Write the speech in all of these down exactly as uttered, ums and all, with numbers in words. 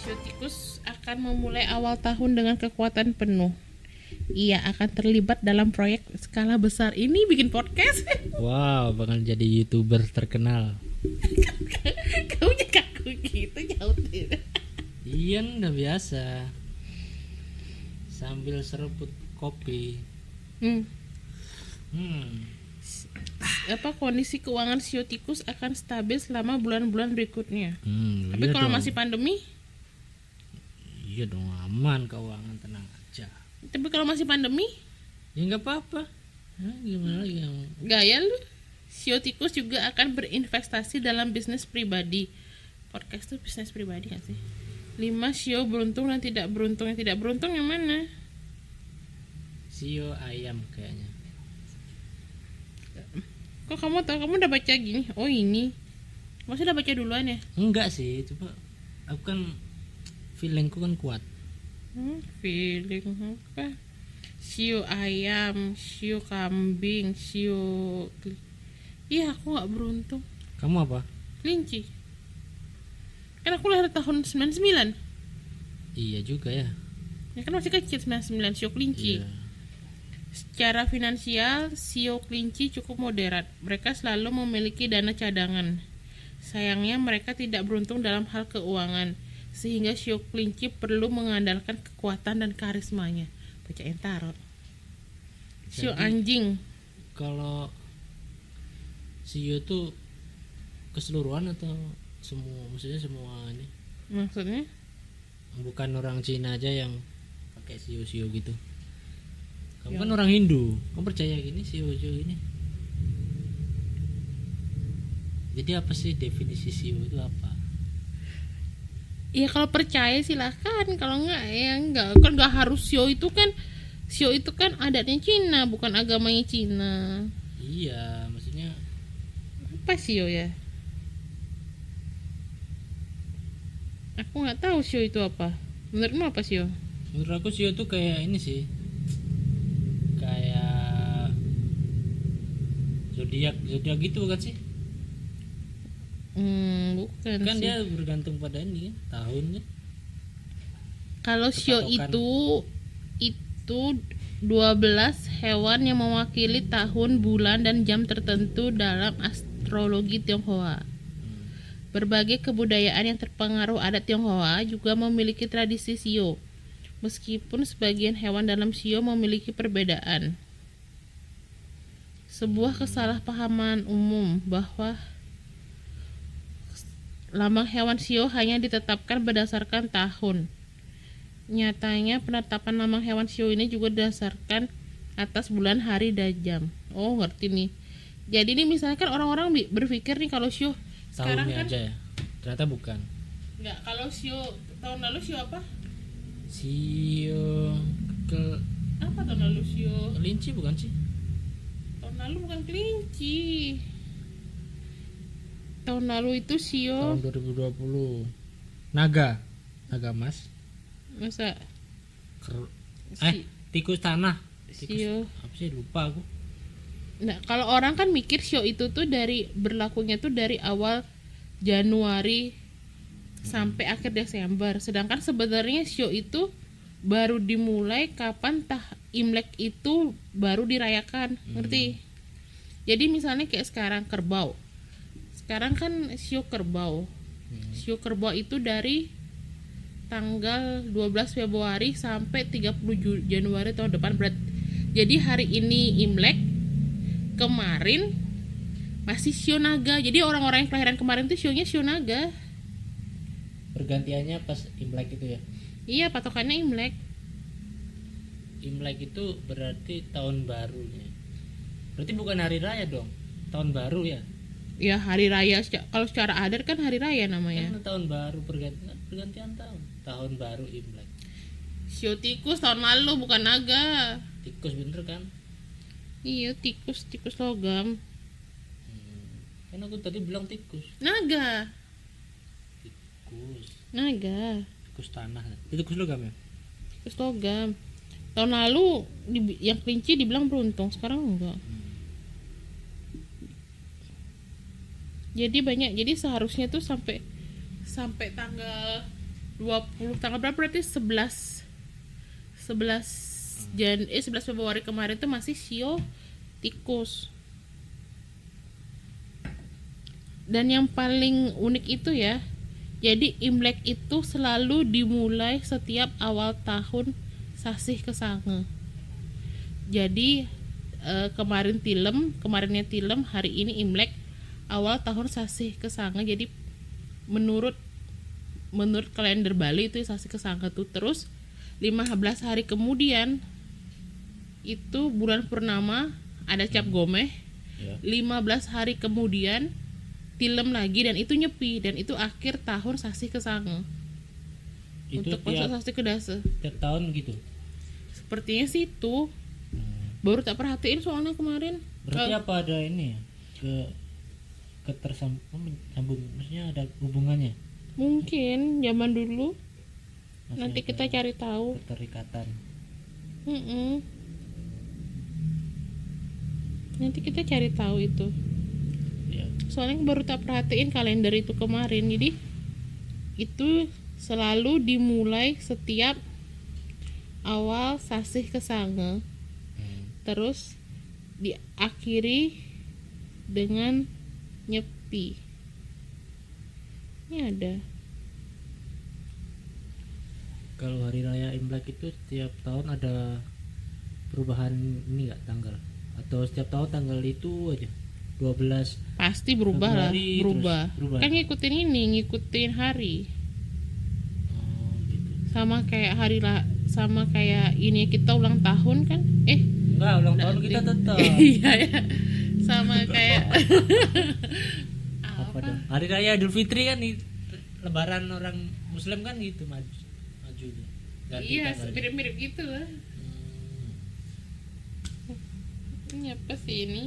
Sio tikus akan memulai awal tahun dengan kekuatan penuh. Ia akan terlibat dalam proyek skala besar. Ini bikin podcast. Wow, bakal jadi YouTuber terkenal. Kamu kaku gitu nyaut. Iya, udah biasa. Sambil seruput kopi. Hmm. Hmm. Apa kondisi keuangan Sio tikus akan stabil selama bulan-bulan berikutnya. Hmm, Tapi iya kalau dong. masih pandemi, Iya dong, aman keuangan, tenang aja. tapi kalau masih pandemi, Ya nggak apa-apa. Nah, gimana lagi yang gaya lu. Sio tikus juga akan berinvestasi dalam bisnis pribadi. Podcast tuh bisnis pribadi gak sih? lima Sio beruntung dan tidak beruntung. Yang tidak beruntung yang mana? Sio ayam kayaknya. Kok kamu tahu? Kamu udah baca gini? Oh ini. Maksudnya udah baca duluan ya? Enggak sih, coba aku kan feelingku kan kuat. Hmm, feeling apa? Sio ayam, sio kambing, sio. Iya, aku nggak beruntung. Kamu apa? Kelinci. Kan aku lahir tahun sembilan puluh sembilan. Iya juga ya. Ya kan masih kecil sembilan puluh sembilan, sio kelinci. Iya. Secara finansial, sio kelinci cukup moderat. Mereka selalu memiliki dana cadangan. Sayangnya mereka tidak beruntung dalam hal keuangan, sehingga sio kelinci perlu mengandalkan kekuatan dan karismanya. Bacain tarot. Sio Jadi, anjing. Kalau Sio tuh keseluruhan atau semua, maksudnya semua ini, Maksudnya? bukan orang Cina aja yang pakai sio-sio gitu. Kamu Ya. kan orang Hindu, kamu percaya gini sio-sio gini? Jadi apa sih definisi sio itu apa? Ya kalau percaya silahkan, kalau enggak ya enggak. Kan enggak harus sio itu kan, sio itu kan adatnya Cina, bukan agamanya Cina. Iya, maksudnya Apa sio ya? Aku nggak tahu sio itu apa. Menurutmu apa sio? menurut aku sio tuh kayak ini sih, kayak zodiak zodiak gitu bukan sih? Hmm, bukan Kan sih. dia bergantung pada ini kan, tahun kan. Kalau sio Kepatokan. itu itu dua belas hewan yang mewakili tahun, bulan, dan jam tertentu dalam astrologi Tionghoa. Berbagai kebudayaan yang terpengaruh adat Tionghoa juga memiliki tradisi sio. Meskipun sebagian hewan dalam sio memiliki perbedaan. Sebuah kesalahpahaman umum bahwa lambang hewan sio hanya ditetapkan berdasarkan tahun. Nyatanya penetapan lambang hewan sio ini juga didasarkan atas bulan, hari, dan jam. Oh, ngerti nih. Jadi ini misalnya kan orang-orang bi- berpikir nih kalau sio sekarang Tahunnya kan aja ya, ternyata bukan. enggak, kalau sio tahun lalu sio apa? Sio ke Apa tahun lalu sio? kelinci bukan sih? Tahun lalu bukan kelinci. Tahun lalu itu sio. Tahun dua ribu dua puluh naga, naga mas. Masa Ker- si, eh tikus tanah, tikus sio. apa sih, lupa aku. Nah, kalau orang kan mikir sio itu tuh dari berlakunya tuh dari awal Januari sampai akhir Desember. Sedangkan sebenarnya sio itu baru dimulai kapan tah Imlek itu baru dirayakan. Ngerti? Jadi misalnya kayak sekarang kerbau. Sekarang kan sio kerbau. Sio kerbau itu dari tanggal dua belas Februari sampai tiga puluh Ju- Januari tahun depan. Berat. Jadi hari ini Imlek, kemarin masih sio naga. Jadi orang-orang yang kelahiran kemarin tuh sionya sio naga. Pergantiannya pas Imlek itu ya. Iya, patokannya Imlek. Imlek itu berarti tahun barunya. Berarti bukan hari raya dong, tahun baru ya. Ya hari raya, seca- kalau secara adat kan hari raya namanya. Kan tahun baru, pergantian pergantian tahun. Tahun baru Imlek. Sio tikus tahun lalu bukan naga. Tikus bener kan? Iya, tikus, tikus logam. Hmm. Kan aku tadi bilang tikus. Naga, Tikus. naga, Tikus tanah. Itu tikus logam ya? tikus logam. Tahun lalu di- yang kelinci dibilang beruntung, sekarang enggak. Jadi banyak, jadi seharusnya tuh sampai sampai tanggal dua puluh tanggal berapa berarti sebelas sebelas Jan eh sebelas Februari kemarin tuh masih shio tikus. Dan yang paling unik itu ya, jadi Imlek itu selalu dimulai setiap awal tahun Sasih Kesange. Jadi eh, kemarin Tilem, kemarinnya Tilem, hari ini Imlek, awal tahun Sasih Kesange. Jadi menurut menurut kalender Bali itu Sasih Kesange tuh terus lima belas hari kemudian itu bulan purnama ada Cap Gomeh. Ya. lima belas hari kemudian Tilem lagi dan itu nyepi dan itu akhir tahun Sasih Kesange. Itu Untuk masuk tiap, Sasih Kedase. tiap tahun gitu. Sepertinya sih itu. Hmm. Baru tak perhatiin soalnya kemarin. Berarti Eh, apa ada ini ya? Ke ketersambung, maksudnya ada hubungannya. Mungkin zaman dulu. Masih Nanti ada kita cari tahu. keterikatan. Mm-mm. Nanti kita cari tahu itu. Ya. Soalnya baru tak perhatiin kalender itu kemarin. Jadi itu selalu dimulai setiap awal Sasih Kesange. Hmm. Terus diakhiri dengan nyepi. Ini ada. Kalau hari raya Imlek itu setiap tahun ada perubahan ini nggak tanggal? Atau setiap tahun tanggal itu aja dua belas Pasti berubah lah, Februari berubah. terus berubah. Kan ngikutin ini, ngikutin hari. Oh gitu. Sama kayak hari lah, sama kayak ini kita ulang tahun kan? Eh, Enggak, ulang tahun Nanti. kita tetap. iya ya. Sama kayak Apa apa? dong? Hari raya Idul Fitri kan nih, lebaran orang Muslim kan gitu maju maju dia. Ganti Iya, tanggalnya. mirip-mirip gitu lah. Hmm. Ini apa sih ini?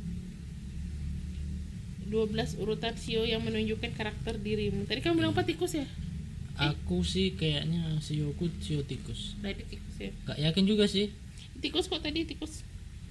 dua belas urutan sio yang menunjukkan karakter dirimu. Tadi kamu bilang apa tikus ya? Aku sih kayaknya sioku sio tikus. Tadi tikus ya. Gak yakin juga sih. Tikus kok tadi tikus.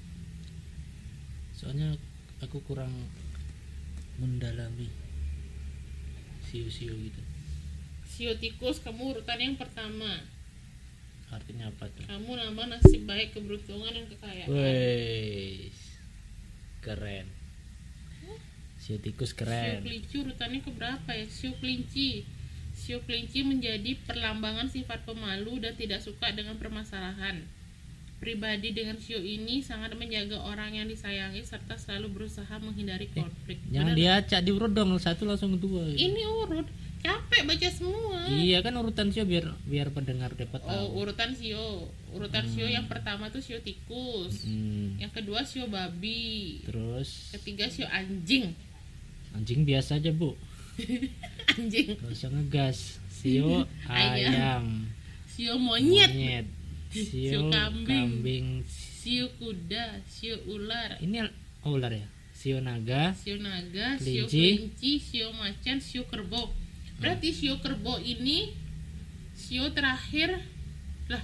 Soalnya aku kurang mendalami sio-sio gitu. Sio tikus kamu urutan yang pertama. Artinya apa tuh? Kamu nama nasib baik, keberuntungan dan kekayaan. Wih, keren. Sio tikus Sio keren. kelinci urutannya keberapa ya? Sio kelinci. Sio kelinci menjadi perlambangan sifat pemalu dan tidak suka dengan permasalahan. Pribadi dengan sio ini sangat menjaga orang yang disayangi serta selalu berusaha menghindari konflik. Jangan Benar. diacak diurut dong, satu langsung kedua. Ini urut. Capek baca semua. Iya kan urutan sio biar biar pendengar dapat Oh, tahu. urutan sio. Urutan sio yang pertama tuh sio tikus. Hmm. Yang kedua sio babi. Terus Ketiga sio anjing. anjing biasa aja bu, Anjing. nggak usah ngegas. Sio Ayam. ayam, Sio monyet. monyet, Sio sio kambing. kambing. Sio kuda, sio ular, Ini oh, ular ya. Sio naga, sio naga, sio Kelinci. kelinci, sio macan, sio kerbau. Berarti sio kerbau ini sio terakhir lah.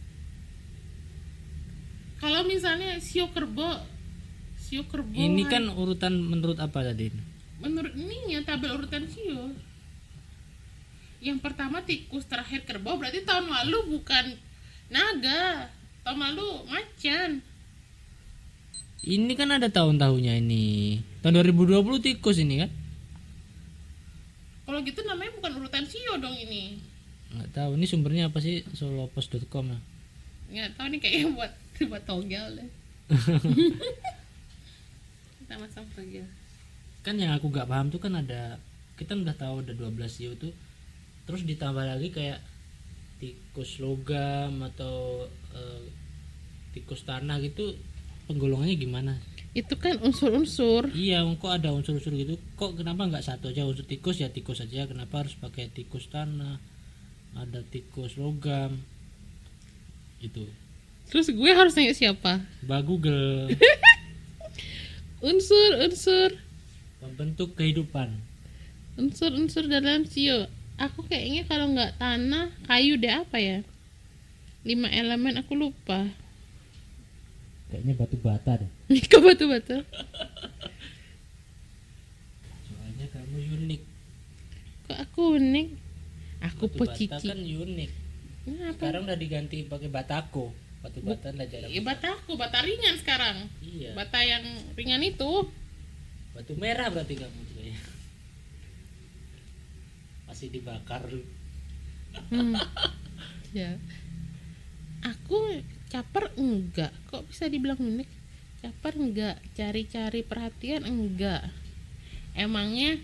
Kalau misalnya sio kerbau, sio kerbau ini hari- kan urutan menurut apa tadi? menurut ininya tabel urutan sio. Yang pertama tikus, terakhir kerbau, berarti tahun lalu bukan naga, tahun lalu macan. Ini kan ada tahun-tahunnya ini. Tahun dua ribu dua puluh tikus ini kan? Kalau gitu namanya bukan urutan sio dong ini. Nggak tahu. Ini sumbernya apa sih? solopos dot com ya. Nggak tahu nih kayaknya buat buat togel deh. Kita masang togel. Kan yang aku nggak paham tuh kan ada, kita udah tahu ada dua belas sio tuh. Terus ditambah lagi kayak tikus logam atau eh, tikus tanah gitu, penggolongannya gimana? Itu kan unsur-unsur. Iya, kok ada unsur-unsur gitu? Kok kenapa nggak satu aja unsur tikus ya tikus aja? Kenapa harus pakai tikus tanah? Ada tikus logam. Itu. Terus gue harus nanya siapa? Mbak Google. Unsur-unsur, Pembentuk kehidupan. unsur-unsur dalam sio. Aku kayaknya kalau nggak tanah, kayu deh apa ya? Lima elemen aku lupa. Kayaknya batu bata deh. Ke batu-batu. Soalnya kamu unik. Kok aku unik? Aku Batu bata pecici. kan unik. Kenapa? Sekarang udah diganti pakai batako. Batu bata udah jarang. Iya, bata aku, bata ringan sekarang. Iya. Bata yang ringan itu. Batu merah berarti kamu juga ya. Masih dibakar. Hmm. Ya. Aku caper enggak. Kok bisa dibilang unik? Caper enggak, cari-cari perhatian enggak. Emangnya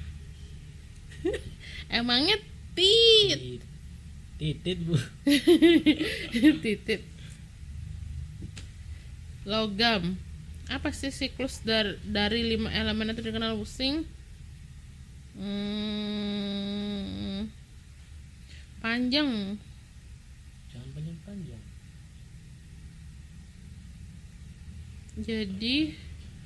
Emangnya tit Titit bu. titit logam. Apa sih siklus dari, dari lima elemen itu dikenal pusing? Hmm, panjang. Jangan panjang-panjang. Jadi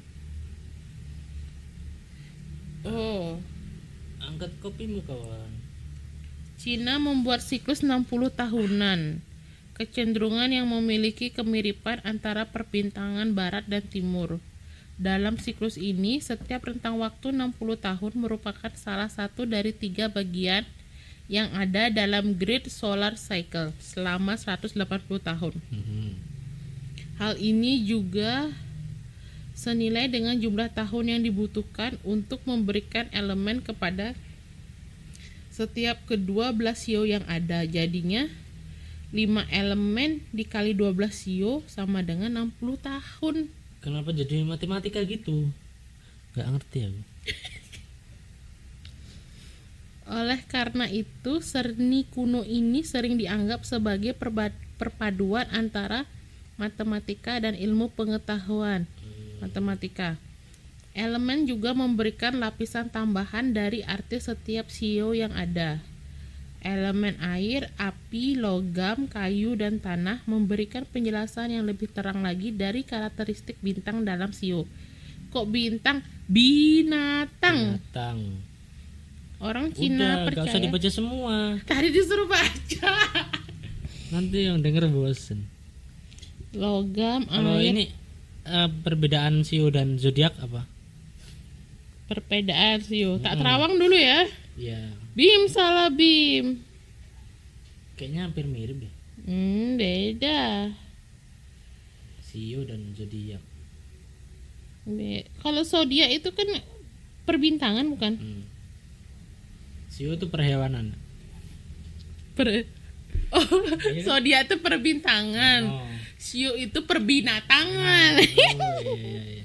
oh, Angkat kopimu kawan. Cina membuat siklus enam puluh tahunan, kecenderungan yang memiliki kemiripan antara perbintangan barat dan timur. Dalam siklus ini, setiap rentang waktu enam puluh tahun merupakan salah satu dari tiga bagian yang ada dalam grid solar cycle selama seratus delapan puluh tahun. Hmm. Hal ini juga senilai dengan jumlah tahun yang dibutuhkan untuk memberikan elemen kepada setiap kedua belas sio yang ada. Jadinya lima elemen dikali dua belas sio sama dengan enam puluh tahun. Kenapa jadi matematika gitu? Gak ngerti aku. Oleh karena itu, seni kuno ini sering dianggap sebagai perba- perpaduan antara matematika dan ilmu pengetahuan matematika. Elemen juga memberikan lapisan tambahan dari arti setiap sio yang ada. Elemen air, api, logam, kayu, dan tanah memberikan penjelasan yang lebih terang lagi dari karakteristik bintang dalam sio. Kok bintang? Binatang. Binatang. Orang Cina Udah, gak usah percaya. dibaca semua. Tadi disuruh baca. Nanti yang denger bosen. Logam, Kalau air, ini eh, perbedaan sio dan zodiak apa? perbedaan sio. Tak Hmm. terawang dulu ya. Ya, Bim salah Bim. kayaknya hampir mirip ya. Hmm, beda. Sio dan zodiak. Be- Kalau zodiak itu kan perbintangan bukan? Hmm. Sio itu perhewanan. Per Oh, Iya. zodiak itu perbintangan. Oh. Sio itu perbinatangan. Oh, iya, iya, iya.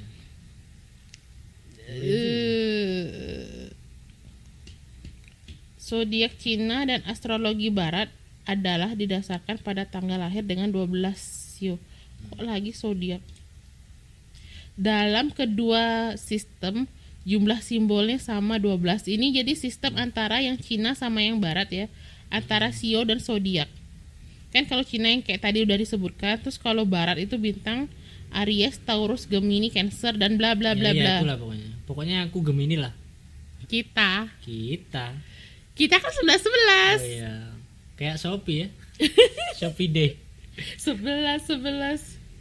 Eh, Zodiak Cina dan astrologi barat adalah didasarkan pada tanggal lahir dengan dua belas sio. Kok lagi zodiak? Dalam kedua sistem jumlah simbolnya sama dua belas. Ini jadi sistem antara yang Cina sama yang barat ya, antara sio dan zodiak. Kan kalau Cina yang kayak tadi udah disebutkan, terus kalau barat itu bintang Aries, Taurus, Gemini, Cancer dan bla bla bla Ya, ya, bla. itulah pokoknya. Pokoknya aku Gemini lah. Kita Kita. kita kan sebelas sebelas. Oh iya. Kayak Shopee ya. Shopee Day. Sebelas sebelas.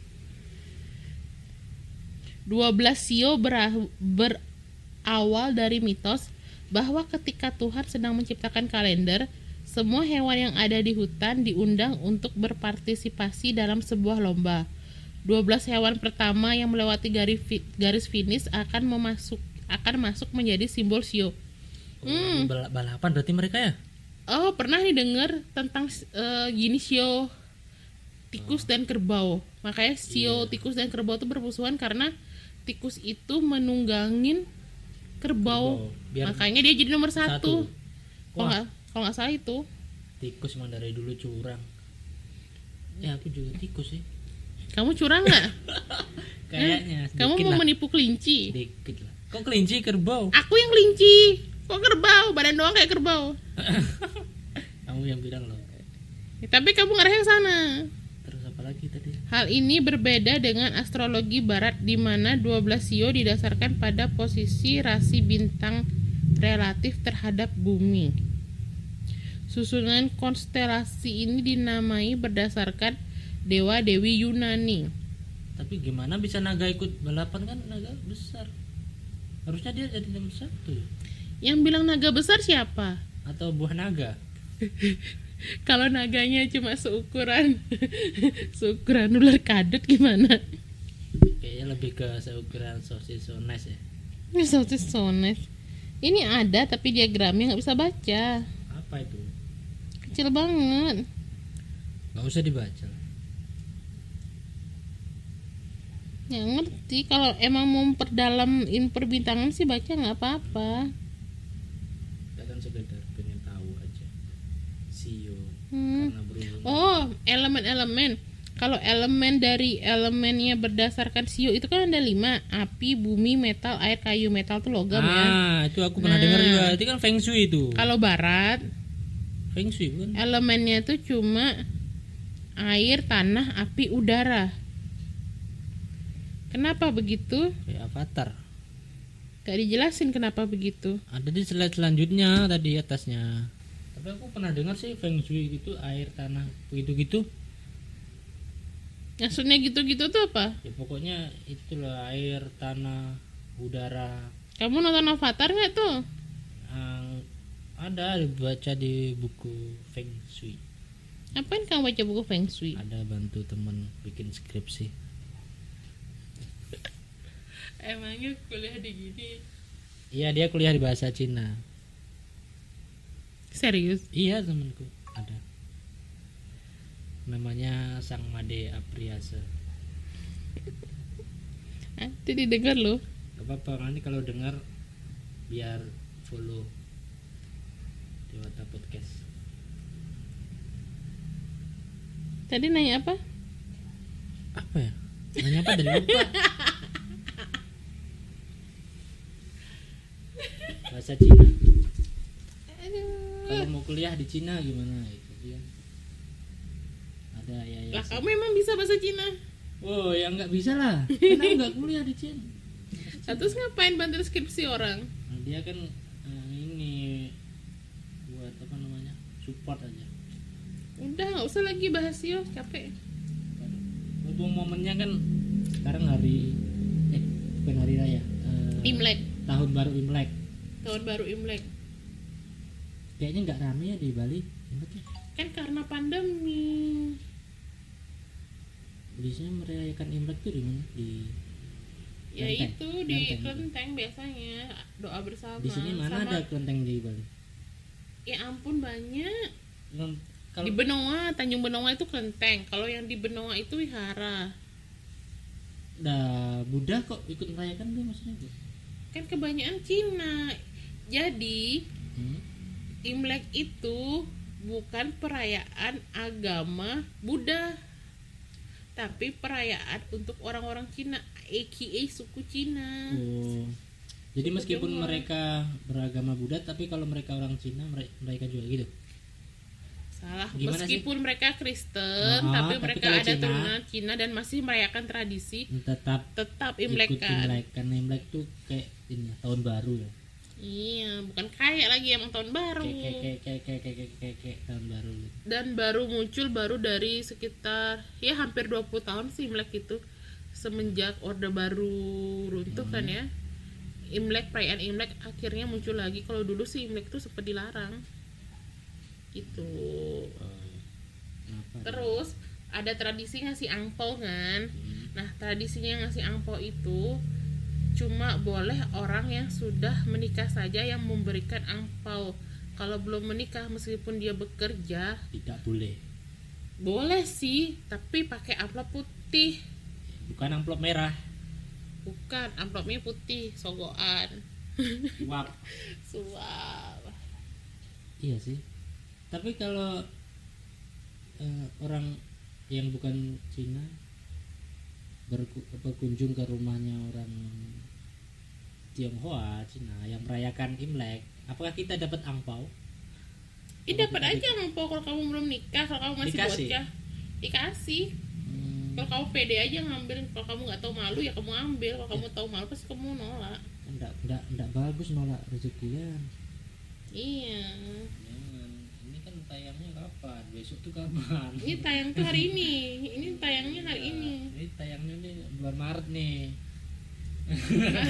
Dua belas sio bera- berawal dari mitos bahwa ketika Tuhan sedang menciptakan kalender, semua hewan yang ada di hutan diundang untuk berpartisipasi dalam sebuah lomba. dua belas hewan pertama yang melewati garis, fi- garis finish akan memasuk akan masuk menjadi simbol sio. Oh, bal- balapan berarti mereka ya? Oh, pernah nih dengar tentang eh, gini sio tikus dan kerbau. Makanya sio Iya. tikus dan kerbau itu bermusuhan karena tikus itu menunggangin kerbau. Kerbau. Biar Makanya dia jadi nomor satu. satu. Kalau Wah. nggak kalau nggak salah itu. Tikus emang dari dulu curang. Ya aku juga tikus sih. Kamu curang nggak? Kayaknya Kamu sedikit mau lah. menipu kelinci? Dikit lah. Kok kelinci kerbau? Aku yang kelinci. Kok kerbau? Badan doang kayak kerbau. Kamu yang bilang loh. Ya, tapi kamu ngarahnya ke sana. Terus apa lagi tadi? Hal ini berbeda dengan astrologi barat di mana dua belas sio didasarkan pada posisi rasi bintang relatif terhadap bumi. Susunan konstelasi ini dinamai berdasarkan dewa-dewi Yunani. Tapi gimana bisa naga ikut balapan, kan naga besar. Harusnya dia jadi nomor satu ya? Yang bilang naga besar siapa? Atau buah naga. Kalau naganya cuma seukuran seukuran ular kadut gimana? Kayaknya lebih ke seukuran sosis sones ya. Ini sosis sones. Ini ada tapi diagramnya nggak bisa baca. Apa itu? Kecil banget. Nggak usah dibaca. Ya ngerti, kalau emang mau memperdalam in perbintangan sih baca nggak apa-apa. Kita kan sekedar pengen tahu aja. Sio Hmm. karena berhubungan. Oh, elemen-elemen. Kalau elemen dari elemennya berdasarkan sio itu kan ada lima: api, bumi, metal, air, kayu. Metal tuh logam ya. Ah, itu aku pernah Nah. dengar juga. Itu kan feng shui itu. Kalau barat, Feng shui bukan? elemennya itu cuma air, tanah, api, udara. Kenapa begitu? Kayak avatar. Gak dijelasin kenapa begitu. Ada di slide selanjutnya tadi atasnya. Tapi aku pernah dengar sih feng shui gitu air tanah begitu-gitu. Maksudnya gitu-gitu tuh apa? Ya pokoknya itulah air tanah udara. Kamu nonton Avatar nggak tuh? Yang ada dibaca di buku feng shui. Apain kamu baca buku Feng Shui? Ada bantu temen bikin skripsi. Emangnya kuliah di gini? Iya dia kuliah di bahasa Cina. Serius? Iya temanku ada. Namanya Sang Made Apriasa. Nanti didengar loh. Gak apa-apa nanti kalau dengar biar follow Dewata Podcast. Tadi nanya apa? Apa ya? Nanya apa dari lupa? Bahasa Cina. Aduh. Kalau mau kuliah di Cina gimana itu dia? Ada ya ya. Lah kamu emang bisa bahasa Cina? Oh ya nggak bisa lah. Kan aku nggak kuliah di Cina. Nah, terus ngapain bantu skripsi orang? Nah, dia kan eh, ini buat apa namanya support aja. Udah nggak usah lagi bahas yo, capek. Berhubung momennya kan sekarang hari eh bukan hari raya. eh, Imlek, Tahun baru Imlek. tahun baru Imlek. Kayaknya nggak rame ya di Bali. Imleknya. Kan karena pandemi. Biasanya merayakan Imlek tuh di mana? Di Ya Kelenteng. itu di Kelenteng. kelenteng biasanya doa bersama. Di sini mana sama- ada kelenteng di Bali? Ya ampun banyak. Kelem- Kalau Di Benoa, Tanjung Benoa itu kelenteng. Kalau yang di Benoa itu wihara. Dah Buddha kok ikut merayakan tuh maksudnya Bu? Kan kebanyakan Cina. Jadi Hmm? Imlek itu bukan perayaan agama Buddha, tapi perayaan untuk orang-orang Cina, aka suku Cina. Oh. Jadi Suku meskipun Tionghoa. mereka beragama Buddha tapi kalau mereka orang Cina mere- mereka juga gitu. Salah. Gimana Meskipun mereka Kristen, Ah, tapi tapi mereka kalau ada Cina- turunan Cina dan masih merayakan tradisi Tetap tetap ikut Imlek kan. Imlek karena Imlek tuh kayak ini ya, tahun baru ya. Iya, bukan kayak lagi emang tahun baru. Kayak kayak kayak kayak kayak kayak kayak, kayak, kayak tahun baru gitu. Dan baru muncul baru dari sekitar ya hampir dua puluh tahun sih Imlek itu, semenjak Orde Baru runtuh kan ya. Imlek, perayaan Imlek akhirnya muncul lagi. Kalau dulu sih Imlek itu sempat dilarang gitu. Oh. Kenapa? Terus ada tradisi ngasih angpau kan. Hmm. Nah, tradisinya ngasih angpau itu cuma boleh orang yang sudah menikah saja yang memberikan angpau. Kalau belum menikah meskipun dia bekerja Tidak boleh. boleh sih, tapi pakai amplop putih. Bukan amplop merah. Bukan, amplopnya putih, sogokan. Wap. Suap. Iya sih. Tapi kalau eh, orang yang bukan Cina berku- berkunjung ke rumahnya orang Tionghoa, Cina yang merayakan Imlek, apakah kita dapat angpau? Ih, dapat aja angpau kalau kamu belum nikah, kalau kamu masih Dikasih? bocah. Dikasih. Hmm, Kalau kamu pede aja ngambil, kalau kamu nggak tahu malu ya kamu ambil, kalau kamu tahu malu pasti kamu nolak. enggak, enggak, enggak bagus nolak rezekian. Iya. Jangan. Ini kan tayangnya kapan? Besok tuh kapan? Ini tayang tuh hari ini. Ini tayangnya hari ini. Ini tayangnya nih bulan Maret nih.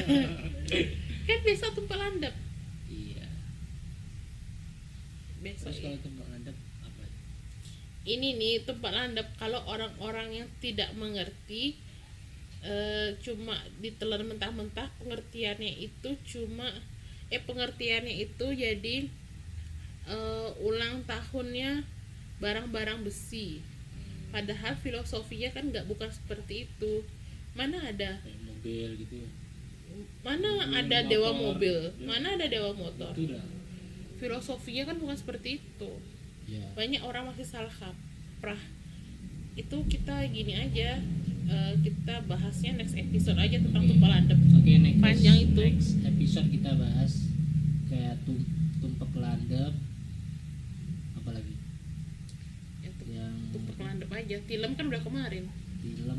Kan besok tuh pelandap. Iya. Besok Terus kalau tempat landep apa? Ini nih tempat landep kalau orang-orang yang tidak mengerti eh, cuma ditelan mentah-mentah, pengertiannya itu cuma eh pengertiannya itu jadi eh, ulang tahunnya barang-barang besi. Padahal filosofinya kan nggak bukan seperti itu. Mana ada Kayak mobil gitu ya. mana Mobil, ada motor. dewa mobil, Ya. mana ada dewa motor. Itulah. Filosofinya kan bukan seperti itu. Ya. Banyak orang masih salah kaprah. Itu kita gini aja, eh, kita bahasnya next episode aja tentang Oke. tumpah landep. Oke, next Panjang itu. next episode kita bahas kayak tum tumpek landep apa lagi? Ya, tuh, Yang tumpah landep aja. Film kan udah kemarin. film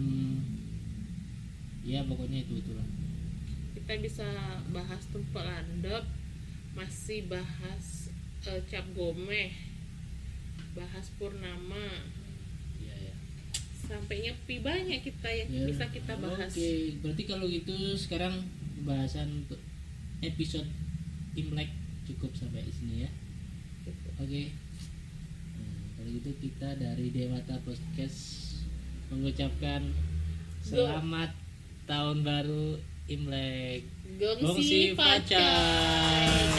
ya pokoknya itu itulah. Kita bisa bahas tumpah landep, masih bahas eh, cap gomeh, bahas purnama, Iya ya. sampai nyepi banyak kita yang Ya, bisa kita bahas. Oke, berarti kalau gitu sekarang pembahasan untuk episode Imlek cukup sampai di sini ya. Oke. Nah, kalau gitu kita dari Dewata Podcast mengucapkan selamat tahun baru Imlek. Gongsi Gongsi Pacai. Pacai.